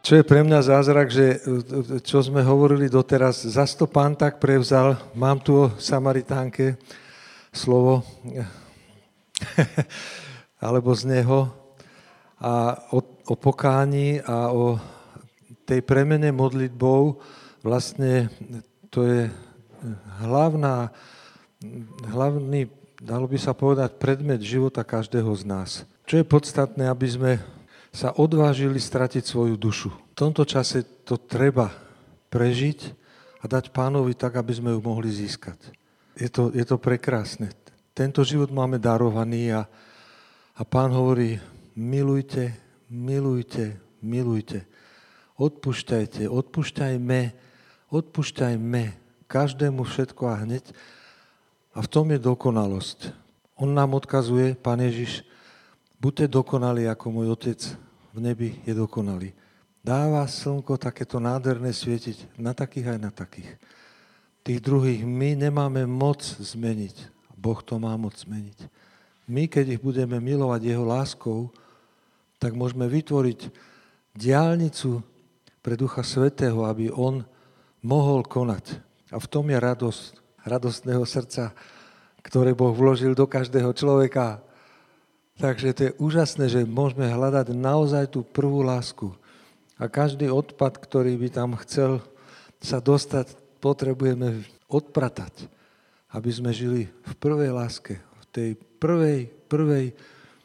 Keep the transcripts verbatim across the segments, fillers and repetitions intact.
Čo je pre mňa zázrak, že čo sme hovorili doteraz, zas to Pán tak prevzal, mám tu o Samaritánke slovo, alebo z neho, a o, o pokání a o tej premene modlitbou, vlastne to je hlavná, hlavný, dalo by sa povedať, predmet života každého z nás. Čo je podstatné, aby sme sa odvážili stratiť svoju dušu. V tomto čase to treba prežiť a dať Pánovi tak, aby sme ju mohli získať. Je to, je to prekrásne. Tento život máme darovaný a, a Pán hovorí, milujte, milujte, milujte. Odpúšťajte, odpúšťajme, odpúšťajme každému všetko a hneď. A v tom je dokonalosť. On nám odkazuje, Pán Ježiš, buďte dokonalí, ako môj Otec v nebi je dokonalý. Dáva slnko takéto nádherné svietiť na takých aj na takých. Tých druhých my nemáme moc zmeniť. Boh to má moc zmeniť. My, keď ich budeme milovať jeho láskou, tak môžeme vytvoriť diaľnicu pre Ducha Svätého, aby on mohol konať. A v tom je radosť, radostného srdca, ktoré Boh vložil do každého človeka. Takže to je úžasné, že môžeme hľadať naozaj tú prvú lásku. A každý odpad, ktorý by tam chcel sa dostať, potrebujeme odpratať, aby sme žili v prvej láske, v tej prvej, prvej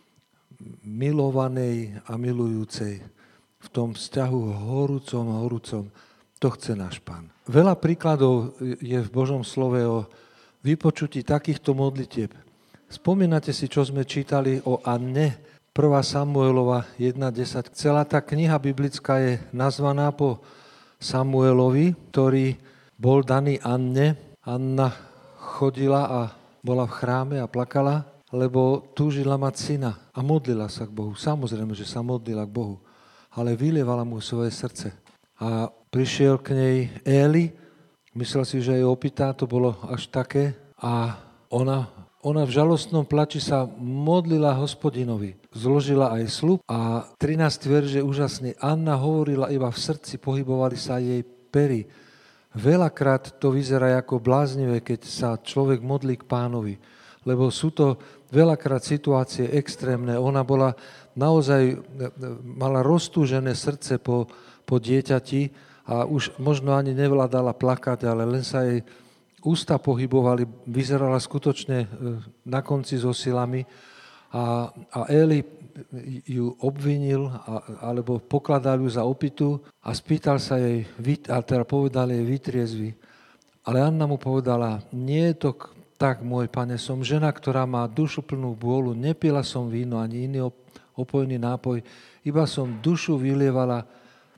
milovanej a milujúcej, v tom vzťahu horúcom, horúcom. To chce náš Pán. Veľa príkladov je v Božom slove o vypočutí takýchto modlitieb. Spomínate si, čo sme čítali o Anne, prvá Samuelova jedna desať. Celá tá kniha biblická je nazvaná po Samuelovi, ktorý bol daný Anne. Anna chodila a bola v chráme a plakala, lebo túžila mať syna a modlila sa k Bohu. Samozrejme, že sa modlila k Bohu, ale vylievala mu svoje srdce. A prišiel k nej Éli, myslel si, že je opýtá, to bolo až také, a ona... Ona v žalostnom plači sa modlila Hospodinovi. Zložila aj sľub a trinásty verš je úžasný. Anna hovorila iba v srdci, pohybovali sa jej pery. Veľakrát to vyzerá ako bláznivé, keď sa človek modlí k Pánovi. Lebo sú to veľakrát situácie extrémne. Ona bola naozaj, mala roztúžené srdce po, po dieťati a už možno ani nevládala plakať, ale len sa jej ústa pohybovali, vyzerala skutočne na konci so silami a, a Éli ju obvinil, a, alebo pokladal ju za opitu a spýtal sa jej, a teda povedal jej vytriezvi. Ale Anna mu povedala, nie je to tak, môj pane, som žena, ktorá má dušu plnú bôľu, nepila som víno ani iný opojný nápoj, iba som dušu vylievala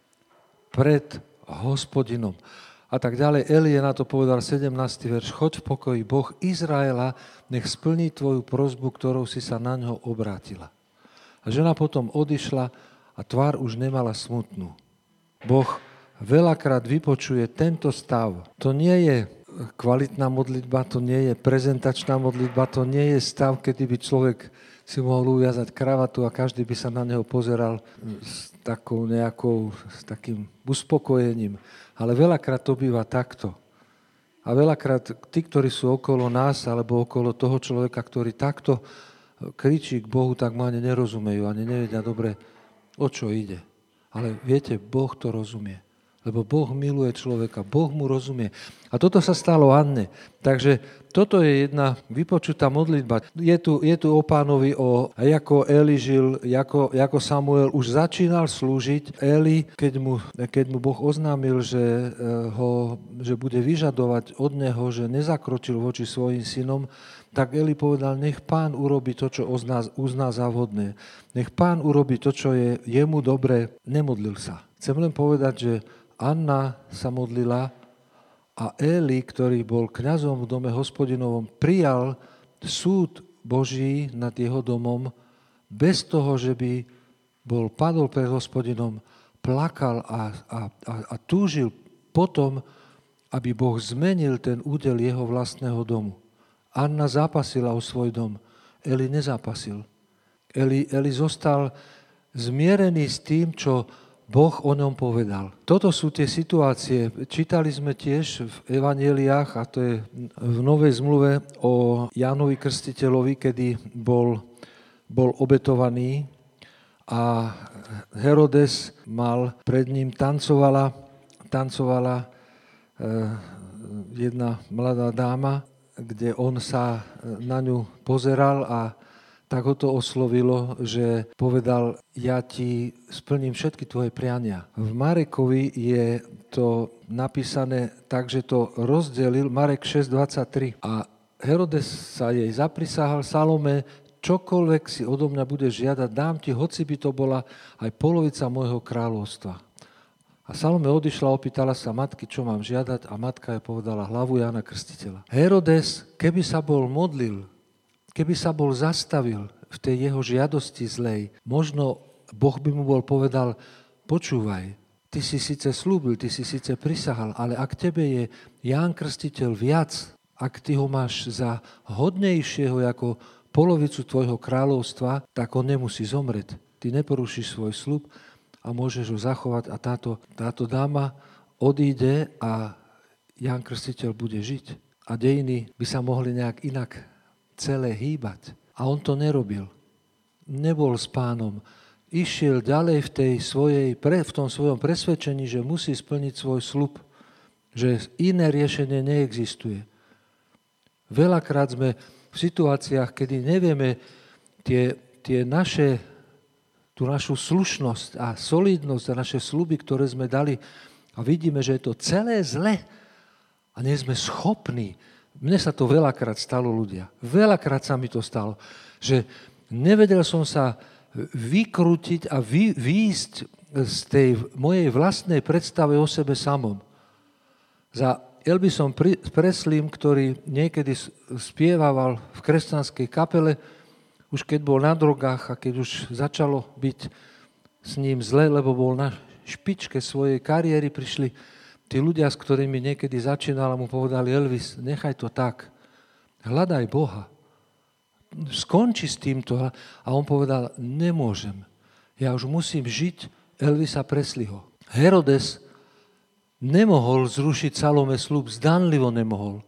pred Hospodinom. A tak ďalej. Eli je na to povedal sedemnásty verš. Choď v pokoji, Boh Izraela nech splní tvoju prosbu, ktorou si sa na ňo obrátila. A žena potom odišla a tvár už nemala smutnú. Boh veľakrát vypočuje tento stav. To nie je kvalitná modlitba, to nie je prezentačná modlitba, to nie je stav, kedy by človek si mohol uviazať kravatu a každý by sa na neho pozeral s takou nejakou, s takým uspokojením. Ale veľakrát to býva takto. A veľakrát tí, ktorí sú okolo nás, alebo okolo toho človeka, ktorý takto kričí k Bohu, tak mu ani nerozumejú, ani nevedia dobre, o čo ide. Ale viete, Boh to rozumie. Lebo Boh miluje človeka, Boh mu rozumie. A toto sa stalo Anne. Takže toto je jedna vypočutá modlitba. Je tu, je tu o Pánovi, o, ako Eli žil, ako, ako Samuel už začínal slúžiť. Eli, keď mu, keď mu Boh oznámil, že, ho, že bude vyžadovať od neho, že nezakročil voči svojim synom, tak Eli povedal, nech Pán urobí to, čo uzná, uzná za vhodné. Nech Pán urobí to, čo je jemu dobré. Nemodlil sa. Chcem len povedať, že Anna sa modlila a Eli, ktorý bol kňazom v dome Hospodinovom, prijal súd Boží nad jeho domom bez toho, že by bol padol pred Hospodinom, plakal a, a, a, a túžil potom, aby Boh zmenil ten údel jeho vlastného domu. Anna zápasila o svoj dom, Eli nezápasil. Eli, Eli zostal zmierený s tým, čo Boh o ňom povedal. Toto sú tie situácie. Čítali sme tiež v evanjeliách, a to je v Novej zmluve o Jánovi Krstiteľovi, kedy bol, bol obetovaný a Herodes mal pred ním, tancovala, tancovala eh, jedna mladá dáma, kde on sa na ňu pozeral a tak ho to oslovilo, že povedal, ja ti splním všetky tvoje priania. V Marekovi je to napísané tak, že to rozdelil, Marek šesť dvadsaťtri. A Herodes sa jej zaprisahal, Salome, čokoľvek si odo mňa budeš žiadať, dám ti, hoci by to bola aj polovica môjho kráľovstva. A Salome odišla, opýtala sa matky, čo mám žiadať, a matka jej povedala hlavu Jána Krstiteľa. Herodes, keby sa bol modlil, keby sa bol zastavil v tej jeho žiadosti zlej, možno Boh by mu bol povedal, počúvaj, ty si síce slúbil, ty si síce prisahal, ale ak tebe je Ján Krstiteľ viac, ak ty ho máš za hodnejšieho ako polovicu tvojho kráľovstva, tak on nemusí zomrieť. Ty neporušíš svoj sľub a môžeš ho zachovať a táto, táto dáma odíde a Ján Krstiteľ bude žiť. A dejiny by sa mohli nejak inak celé hýbať. A on to nerobil. Nebol s pánom. Išiel ďalej v, tej svojej, v tom svojom presvedčení, že musí splniť svoj sľub. Že iné riešenie neexistuje. Veľakrát sme v situáciách, kedy nevieme tie, tie naše, tú našu slušnosť a solidnosť a naše sľuby, ktoré sme dali, a vidíme, že je to celé zle a nie sme schopní. Mne sa to veľakrát stalo, ľudia. Veľakrát sa mi to stalo, že nevedel som sa vykrútiť a vy, výjsť z tej mojej vlastnej predstave o sebe samom. Za Elvisom Presleym, ktorý niekedy spievaval v kresťanskej kapele, už keď bol na drogách a keď už začalo byť s ním zle, lebo bol na špičke svojej kariéry, prišli tí ľudia, s ktorými niekedy začínal, mu povedali, Elvis, nechaj to tak, hľadaj Boha, skonči s týmto. A on povedal, nemôžem, ja už musím žiť Elvisa Presleyho. Herodes nemohol zrušiť Salome sľub, zdanlivo nemohol.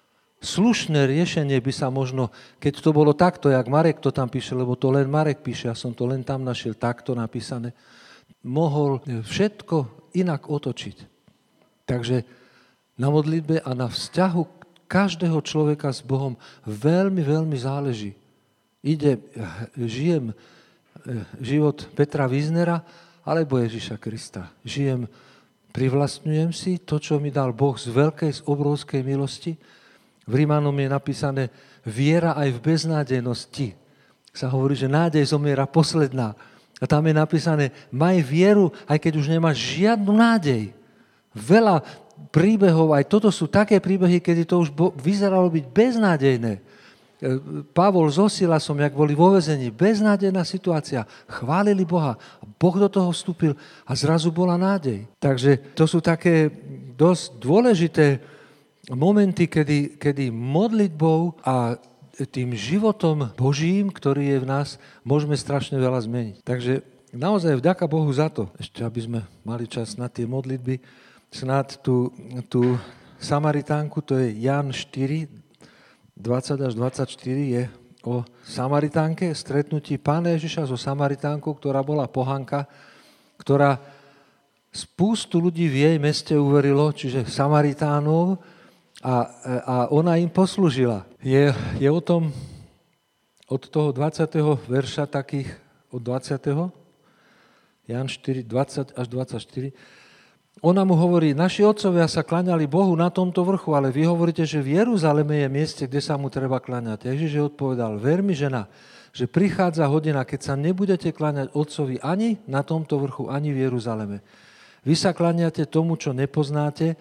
Slušné riešenie by sa možno, keď to bolo takto, jak Marek to tam píše, lebo to len Marek píše, ja som to len tam našiel takto napísané, mohol všetko inak otočiť. Takže na modlitbe a na vzťahu každého človeka s Bohom veľmi, veľmi záleží. Ide, žijem život Petra Wiesnera alebo Ježiša Krista. Žijem, privlastňujem si to, čo mi dal Boh z veľkej, z obrovskej milosti. V Rímanom je napísané viera aj v beznádejnosti. Sa hovorí, že nádej zomiera posledná. A tam je napísané, maj vieru, aj keď už nemáš žiadnu nádej. Veľa príbehov, aj toto sú také príbehy, kedy to už vyzeralo byť beznádejné. Pavol so Silasom, jak boli vo väzení, beznádejná situácia. Chválili Boha, Boh do toho vstúpil a zrazu bola nádej. Takže to sú také dosť dôležité momenty, kedy, kedy modlitbou a tým životom Božím, ktorý je v nás, môžeme strašne veľa zmeniť. Takže naozaj vďaka Bohu za to, ešte aby sme mali čas na tie modlitby, snad tú, tú Samaritánku, to je Ján štyri, dvadsať až dvadsaťštyri, je o Samaritánke, stretnutí Pána Ježiša so Samaritánkou, ktorá bola pohanka, ktorá spústu ľudí v jej meste uverilo, čiže Samaritánov, a, a ona im poslúžila. Je, je o tom od toho dvadsiateho verša takých, od dvadsiateho Ján štyri, dvadsať až dvadsaťštyri, ona mu hovorí, naši otcovia sa kláňali Bohu na tomto vrchu, ale vy hovoríte, že v Jeruzaleme je mieste, kde sa mu treba kláňať. Ježiš odpovedal, ver mi, žena, že prichádza hodina, keď sa nebudete kláňať otcovi ani na tomto vrchu, ani v Jeruzaleme. Vy sa kláňate tomu, čo nepoznáte,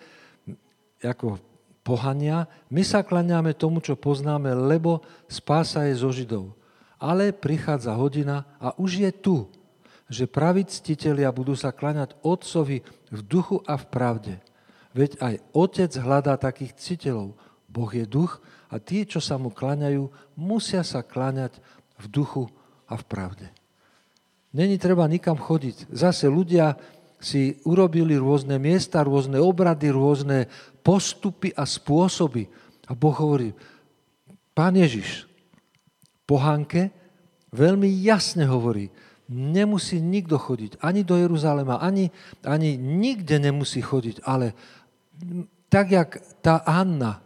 ako pohania, my sa kláňame tomu, čo poznáme, lebo spása je zo Židov. Ale prichádza hodina a už je tu, že praví ctitelia budú sa kláňať Otcovi v duchu a v pravde. Veď aj Otec hľadá takých ctiteľov. Boh je duch a tí, čo sa mu kláňajú, musia sa kláňať v duchu a v pravde. Není treba nikam chodiť. Zase ľudia si urobili rôzne miesta, rôzne obrady, rôzne postupy a spôsoby. A Boh hovorí, Pán Ježiš, pohánke veľmi jasne hovorí, nemusí nikto chodiť ani do Jeruzalema, ani, ani nikde nemusí chodiť, ale tak, jak tá Anna,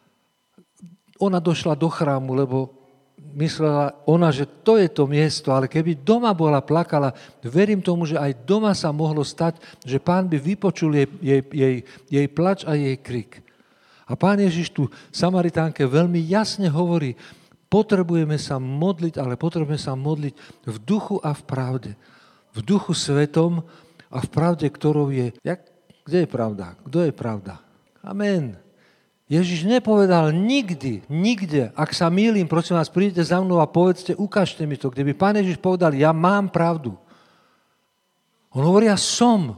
ona došla do chrámu, lebo myslela ona, že to je to miesto, ale keby doma bola, plakala, verím tomu, že aj doma sa mohlo stať, že Pán by vypočul jej, jej, jej, jej plač a jej krik. A Pán Ježiš tu Samaritánke veľmi jasne hovorí, potrebujeme sa modliť, ale potrebujeme sa modliť v duchu a v pravde. V duchu svetom a v pravde, ktorou je... Jak, kde je pravda? Kto je pravda? Amen. Ježiš nepovedal nikdy, nikde, ak sa mýlim, prosím vás, príďte za mnou a povedzte, ukážte mi to, kde by Pán Ježiš povedal, ja mám pravdu. On hovorí, ja som.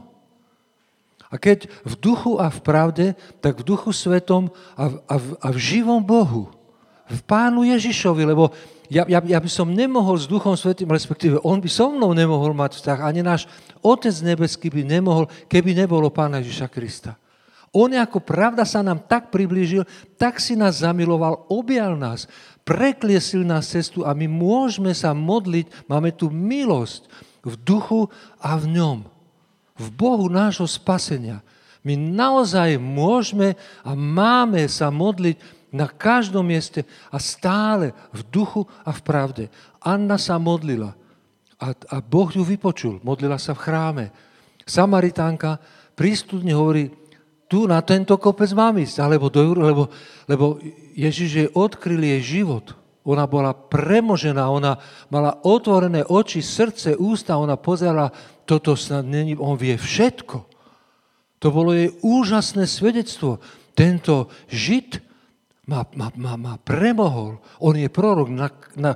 A keď v duchu a v pravde, tak v duchu svetom a v, a v, a v živom Bohu, v Pánu Ježišovi, lebo ja, ja, ja by som nemohol s Duchom Svätým, respektíve on by so mnou nemohol mať vzťah, ani náš Otec nebeský by nemohol, keby nebolo Pána Ježiša Krista. On ako pravda sa nám tak priblížil, tak si nás zamiloval, objal nás, prekliesil nás cestu a my môžeme sa modliť, máme tu milosť v duchu a v ňom, v Bohu nášho spasenia. My naozaj môžeme a máme sa modliť na každom mieste a stále v duchu a v pravde. Anna sa modlila a, a Boh ju vypočul, modlila sa v chráme. Samaritánka prístupne hovorí, tu na tento kopec mám ísť, alebo do Júru, lebo, lebo Ježiš jej odkryl jej život. Ona bola premožená, ona mala otvorené oči, srdce, ústa, ona pozerala, toto snad není, on vie všetko. To bolo jej úžasné svedectvo. Tento Žid ma, ma, ma, ma premohol. On je prorok, na, na,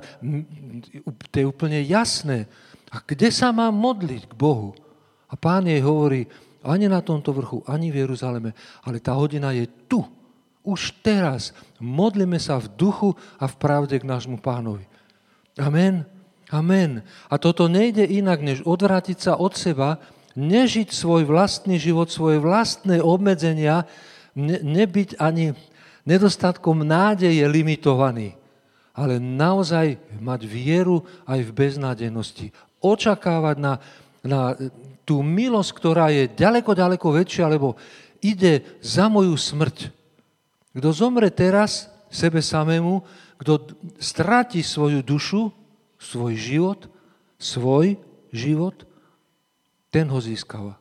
to je úplne jasné. A kde sa má modliť k Bohu? A Pán jej hovorí, ani na tomto vrchu, ani v Jeruzaleme, ale tá hodina je tu. Už teraz modlíme sa v duchu a v pravde k nášmu Pánovi. Amen. Amen. A toto nejde inak, než odvrátiť sa od seba, nežiť svoj vlastný život, svoje vlastné obmedzenia, ne, nebyť ani nedostatkom nádeje limitovaný, ale naozaj mať vieru aj v beznádejnosti. Očakávať na, na tú milosť, ktorá je ďaleko, ďaleko väčšia, lebo ide za moju smrť. Kto zomre teraz sebe samému, kto stratí svoju dušu, svoj život, svoj život, ten ho získava.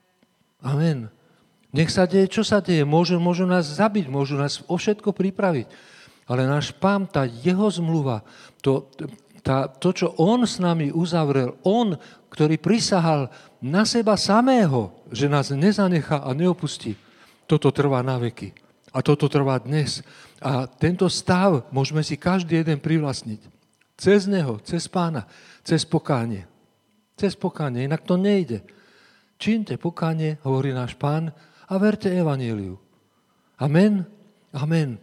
Amen. Nech sa deje, čo sa deje. Môžu, môžu nás zabiť, môžu nás o všetko pripraviť. Ale náš Pán, tá jeho zmluva, to, tá, to, čo on s nami uzavrel, on, ktorý prisahal na seba samého, že nás nezanechá a neopustí, toto trvá na veky. A toto trvá dnes. A tento stav môžeme si každý jeden privlastniť. Cez neho, cez Pána, cez pokánie. Cez pokánie, inak to nejde. Čínte pokánie, hovorí náš Pán, a verte evanjeliu. Amen? Amen.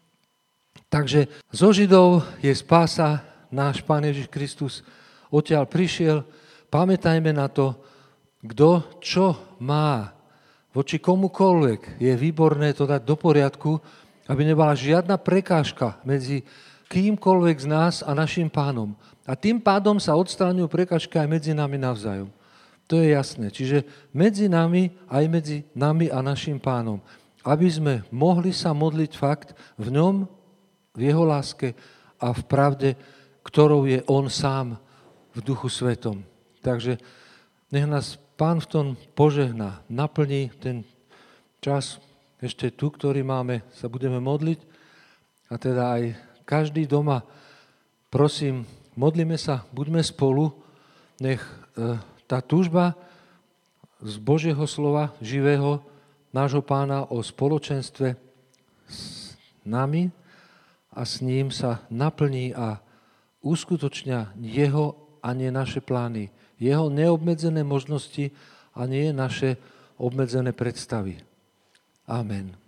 Takže zo Židov je spása, náš Pán Ježiš Kristus odtiaľ prišiel. Pamätajme na to, kto čo má voči komukoľvek. Je výborné to dať do poriadku, aby nebola žiadna prekážka medzi kýmkoľvek z nás a našim Pánom. A tým pádom sa odstraňujú prekážky aj medzi nami navzájom. To je jasné. Čiže medzi nami, aj medzi nami a našim Pánom. Aby sme mohli sa modliť fakt v ňom, v jeho láske a v pravde, ktorou je on sám v Duchu Svetom. Takže nech nás Pán v tom požehná, naplní ten čas ešte tu, ktorý máme, sa budeme modliť. A teda aj každý doma, prosím, modlíme sa, buďme spolu, nech e, tá túžba z Božieho slova, živého, nášho Pána o spoločenstve s nami a s ním sa naplní a uskutočnia jeho a nie naše plány. Jeho neobmedzené možnosti a nie naše obmedzené predstavy. Amen.